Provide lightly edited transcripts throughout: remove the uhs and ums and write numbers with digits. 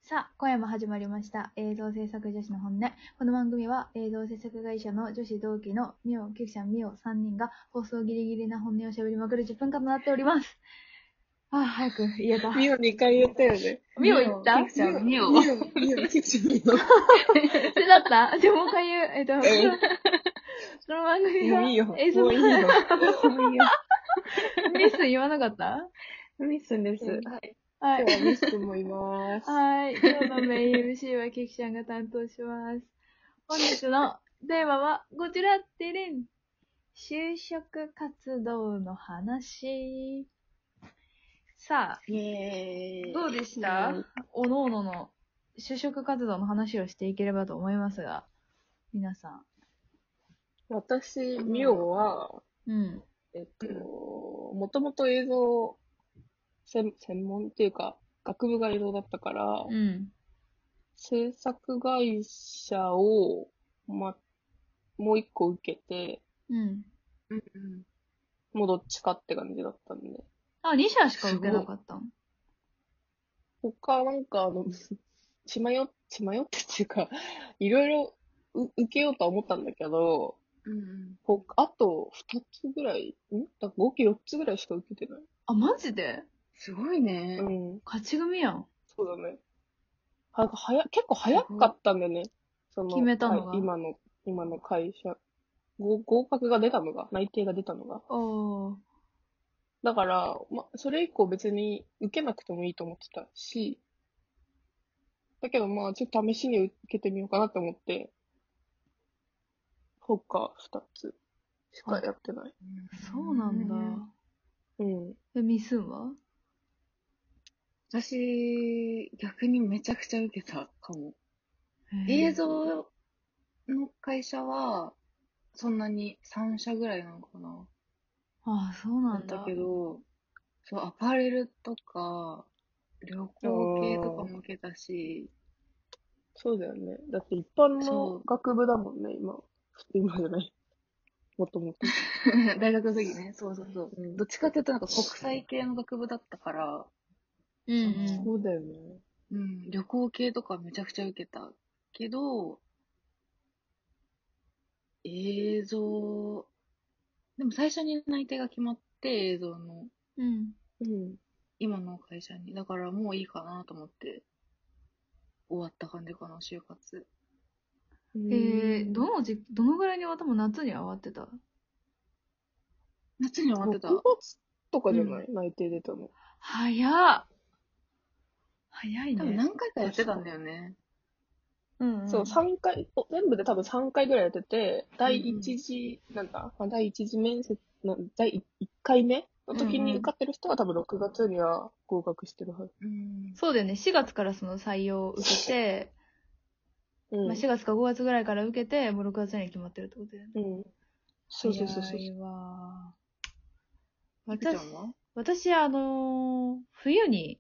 さあ、今夜も始まりました。映像制作女子の本音。この番組は映像制作会社の女子同期のミオ、キクちゃん、ミオ3人が放送ギリギリな本音を喋りまくる10分間となっております。ああ、早く言えた。 ミオ2回言ったよね。 ミオ言った？ キクちゃん、ミオ、キクちゃん、ミオ。 ってなった？じゃあもう一回言う。この番組はもういいよ。 映像もういいよ。もういいよ。 ミス言わなかった？ ミスです。 はい。 今日はミスもいます。 はい。今日のメイン MC はキクちゃんが担当します。本日のテーマはこちら、てれん。就職活動の話。さあ、 イエーイ。 どうでした？おのおのの就職活動の話をしていければと思いますが、皆さん。 私、ミオは、 うん。 もともと映像専門っていうか、学部が映像だったから、 うん。 制作会社を、もう一個受けて、 うん。 もうどっちかって感じだったんで。 あ、2社しか受けなかったん？ 他なんか血迷ってっていうか、いろいろ受けようとは思ったんだけど、あと2つぐらい、だから合計4つぐらいしか受けてない。 あ、マジで？ すごいね。 勝ち組やん。 そうだね。結構早かったんだよね。 決めたのが。 今の会社。合格が出たのが、内定が出たのが。だから、それ以降別に受けなくてもいいと思ってたし、だけどちょっと試しに受けてみようかなって思って、他2つしかやってない。 そうなんだ。ミスンは？ 私、逆にめちゃくちゃ受けたかも。映像の会社は、そんなに3社ぐらいなのかな。 ああ、そうなんだ。 だけど、そう、アパレルとか、旅行系とかも受けたし。 そうだよね。だって一般の学部だもんね、今じゃない。もともと。 大学の時ね、そう。どっちかっていうとなんか国際系の学部だったから、 そうだよね。 旅行系とかめちゃくちゃ受けたけど、映像、でも最初に内定が決まって映像の、今の会社に。だからもういいかなと思って終わった感じかな、就活。 どのぐらいに終わった？も夏には終わってた？ 夏に終わってた。 6月とかじゃない、内定出たの。 早いね。 多分何回かやってたんだよね。 そう、3回、全部で多分3回ぐらいやってて、第一次面接の第1回目の時に受かってる人は多分6月には合格してるはず。 そうだよね。4月からその採用を受けて、4月か5月ぐらいから受けて、もう6月に決まってるってことだよね。 そう。 早いわ。 私、 冬に、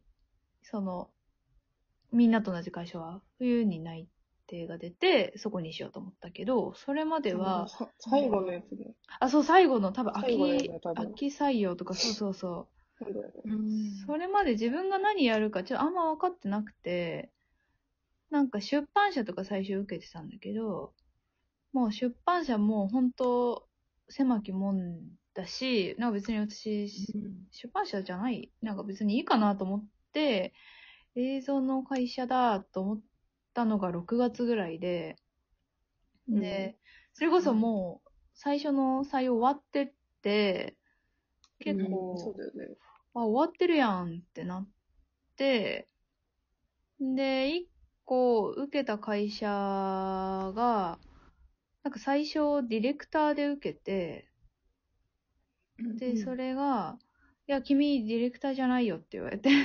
みんなと同じ会社は、冬に内定が出て、そこにしようと思ったけど、それまでは、 最後のやつね。 そう、最後の多分秋採用とか、そう。 そうだよね。 それまで自分が何やるか、ちょっとあんま分かってなくて、なんか出版社とか最初受けてたんだけど、もう出版社も本当狭きもんだし、なんか別に私、出版社じゃない、なんか別にいいかなと思って、映像の会社だと思ったのが6月ぐらいで、で、それこそもう最初の採用終わってて、結構、 そうだよね。 終わってるやんってなって、で、1個受けた会社が、なんか最初ディレクターで受けて、で、それが、いや、君ディレクターじゃないよって言われて、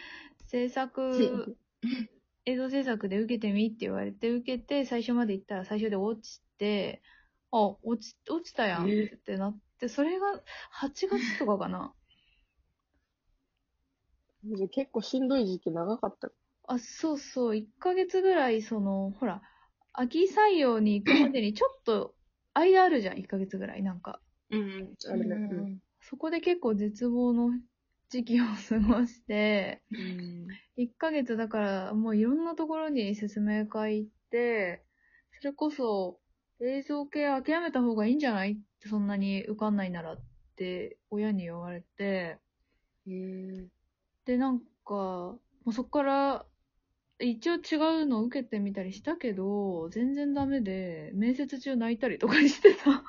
映像制作で受けてみって言われて、受けて、最初まで行ったら最初で落ちて、落ちたやんってなって、それが8月とかかな。 結構しんどい時期長かった。 そう、1ヶ月ぐらい、ほら、秋採用に行くまでにちょっと間あるじゃん、1ヶ月ぐらい、なんか。 あれね。 そこで結構絶望の時期を過ごして、1ヶ月だからもういろんなところに説明会行って、それこそ映像系諦めた方がいいんじゃないってそんなに受かんないならって親に言われて、で、なんか、もうそっから一応違うのを受けてみたりしたけど、全然ダメで、面接中泣いたりとかしてた。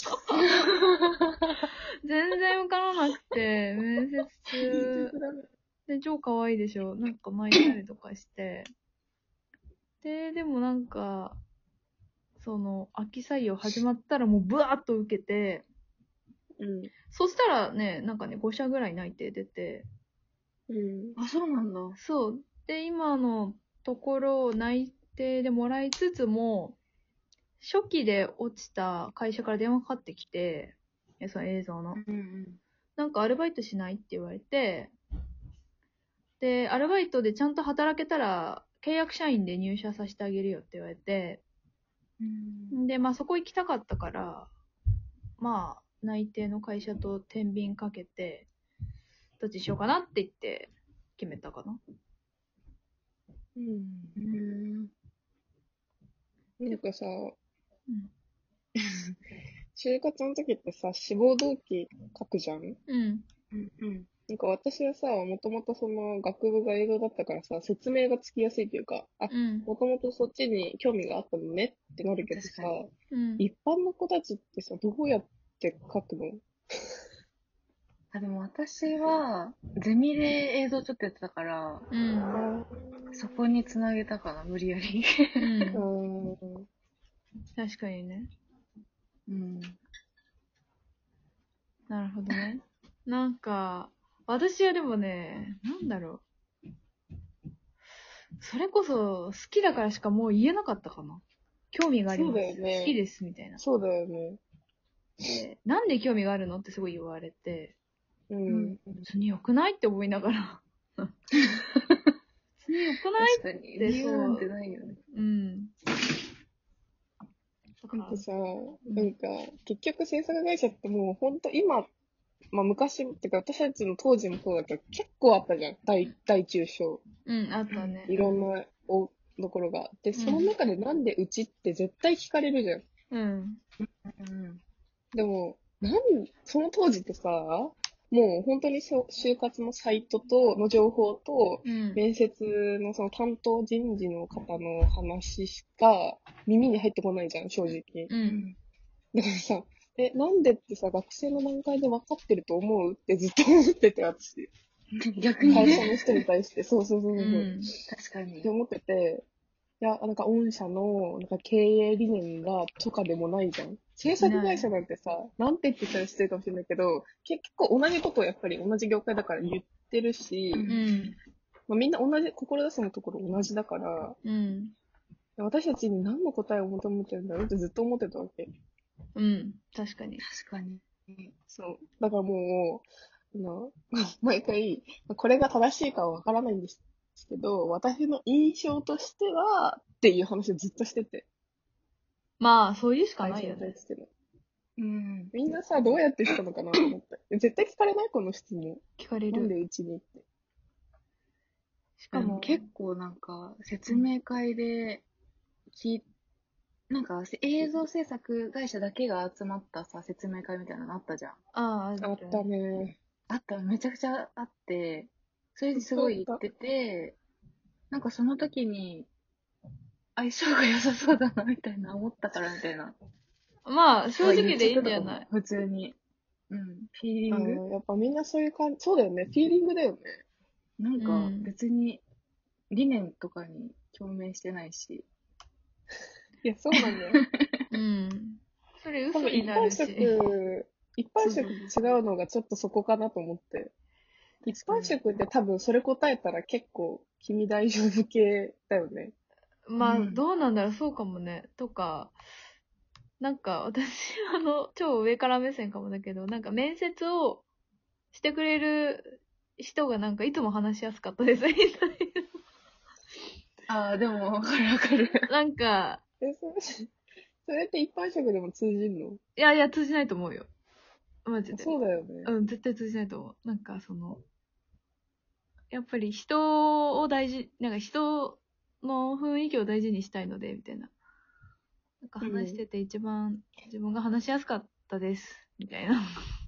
全然受からなくて、面接中、で、超可愛いでしょ。なんか泣いたりとかして。でもなんか、秋採用始まったらもうブワーッと受けて、そしたらね、なんかね、5社ぐらい内定出て。 あ、そうなんだ。 そう。で、今のところ内定でもらいつつも、初期で落ちた会社から電話かかってきて、その映像の。なんかアルバイトしないって言われて、で、アルバイトでちゃんと働けたら、契約社員で入社させてあげるよって言われて、で、まあそこ行きたかったから、まあ内定の会社と天秤かけて、どっちしようかなって言って決めたかな。 なんかさ、就活の時ってさ、志望動機書くじゃん。なんか私はさ、もともとその学部が映像だったからさ、説明がつきやすいというか、もともとそっちに興味があったのねってなるけどさ、一般の子たちってさ、どうやって書くの？ でも私は、ゼミで映像ちょっとやってたから、そこにつなげたかな、無理やり。 確かにね。なるほどね。なんか、私はでもね、なんだろう。それこそ好きだからしかもう言えなかったかな。興味があります。そうだよね。好きですみたいな。 そうだよね。 で、なんで興味があるのってすごい言われて、別に良くないって思いながら。別に良くない確かに。理由なんてないよね。 なんかさ、なんか、結局制作会社ってもうほんと今、まあ昔、ってか私たちの当時もそうだけど、結構あったじゃん。大中小。 あったね。 いろんなところが。で、その中でなんでうちって絶対聞かれるじゃん。でも、その当時ってさ、もう本当に就活のサイトの情報と、面接のその担当人事の方の話しか耳に入ってこないじゃん、正直。だからさ、なんでってさ、学生の段階で分かってると思うってずっと思ってて、私。 逆にね。 会社の人に対して、そう。 確かに。 って思ってて、いや、なんか御社のなんか経営理念がとかでもないじゃん。制作会社なんてさ、なんて言ってたら失礼かもしれないけど、結構同じことをやっぱり同じ業界だから言ってるし、まあ、みんな同じ、志のところ同じだから、私たちに何の答えを求めてるんだろうってずっと思ってたわけ。 確かに。 確かに。 そう。だからもう、毎回、これが正しいかはわからないんですけど、私の印象としては、っていう話をずっとしてて。 まあ、そういうしかないよね。 みんなさ、どうやってしたのかなと思って。絶対聞かれないこの質問。 聞かれる。 なんでうちにって。 しかも結構なんか、説明会でなんか映像制作会社だけが集まったさ、説明会みたいなのあったじゃん。 あったね。 あった、めちゃくちゃあって、それですごい言ってて、なんかその時に、相性が良さそうだな、みたいな思ったから、みたいな。 まあ、正直でいいんじゃない？ 普通に。フィーリング？ やっぱみんなそういう感じ、そうだよね。フィーリングだよね。 なんか別に理念とかに共鳴してないし。 いや、そうなんだよ。 それ嘘になるし。 一般職と違うのがちょっとそこかなと思って。一般職って多分それ答えたら結構君大丈夫系だよね。 まあ、どうなんだろう、そうかもね。とか、なんか私、超上から目線かもだけど、なんか面接をしてくれる人がなんかいつも話しやすかったです、みたいな。でもわかるわかる。 なんか、 それって一般職でも通じんの？ いや、通じないと思うよ。マジで。 そうだよね。 絶対通じないと思う。なんかやっぱり人を大事、なんか人の雰囲気を大事にしたいので、みたいな。なんか話してて一番自分が話しやすかったです、みたいな。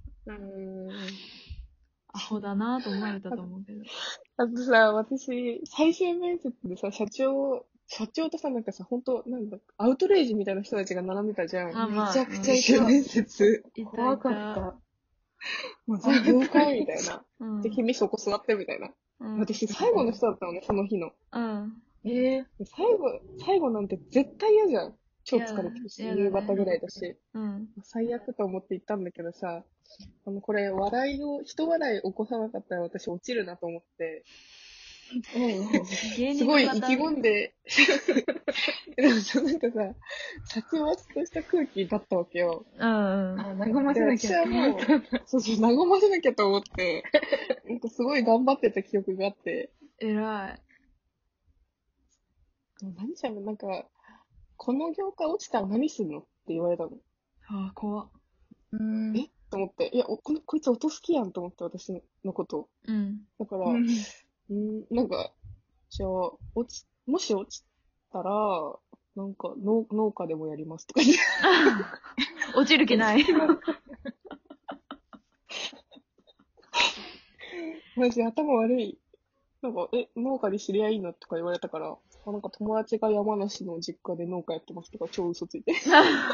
アホだなと思われたと思うけど。 あとさ、私、最終面接でさ、社長とさ、なんかさ、本当なんだ、アウトレイジみたいな人たちが並んでたじゃん。 めちゃくちゃ最終面接。 怖かった。 もうザ・業界みたいな。で、君そこ座ってみたいな。私、最後の人だったのね、その日の。最後なんて絶対嫌じゃん。超疲れてるし、夕方ぐらいだし。最悪と思って行ったんだけどさ、これ、人笑い起こさなかったら私落ちるなと思って、すごい意気込んで、でもさ、なんかさ、殺伐とした空気だったわけよ。 和ませなきゃ。 私はもう、和ませなきゃと思って、なんかすごい頑張ってた記憶があって。 偉い。 何じゃん、なんか、この業界落ちたら何すんのって言われたの。 怖っ。 と思って。いや、こいつ音好きやんと思って、私のこと。だから、なんか、じゃあ、もし落ちたら、なんか、農家でもやりますとか言って。 落ちる気ない。 マジ頭悪い。なんか、農家で知り合いいのとか言われたから、なんか友達が山梨の実家で農家やってますとか超嘘ついて。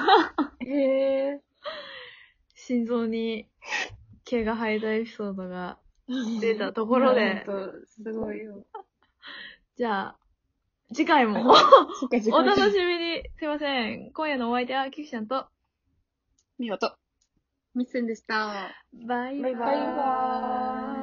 心臓に毛が生えたエピソードが出たところで。 すごいよ。 じゃあ、次回もお楽しみに。すいません。今夜のお相手はキクちゃんとみほとみっせんでした。 バイバーイ。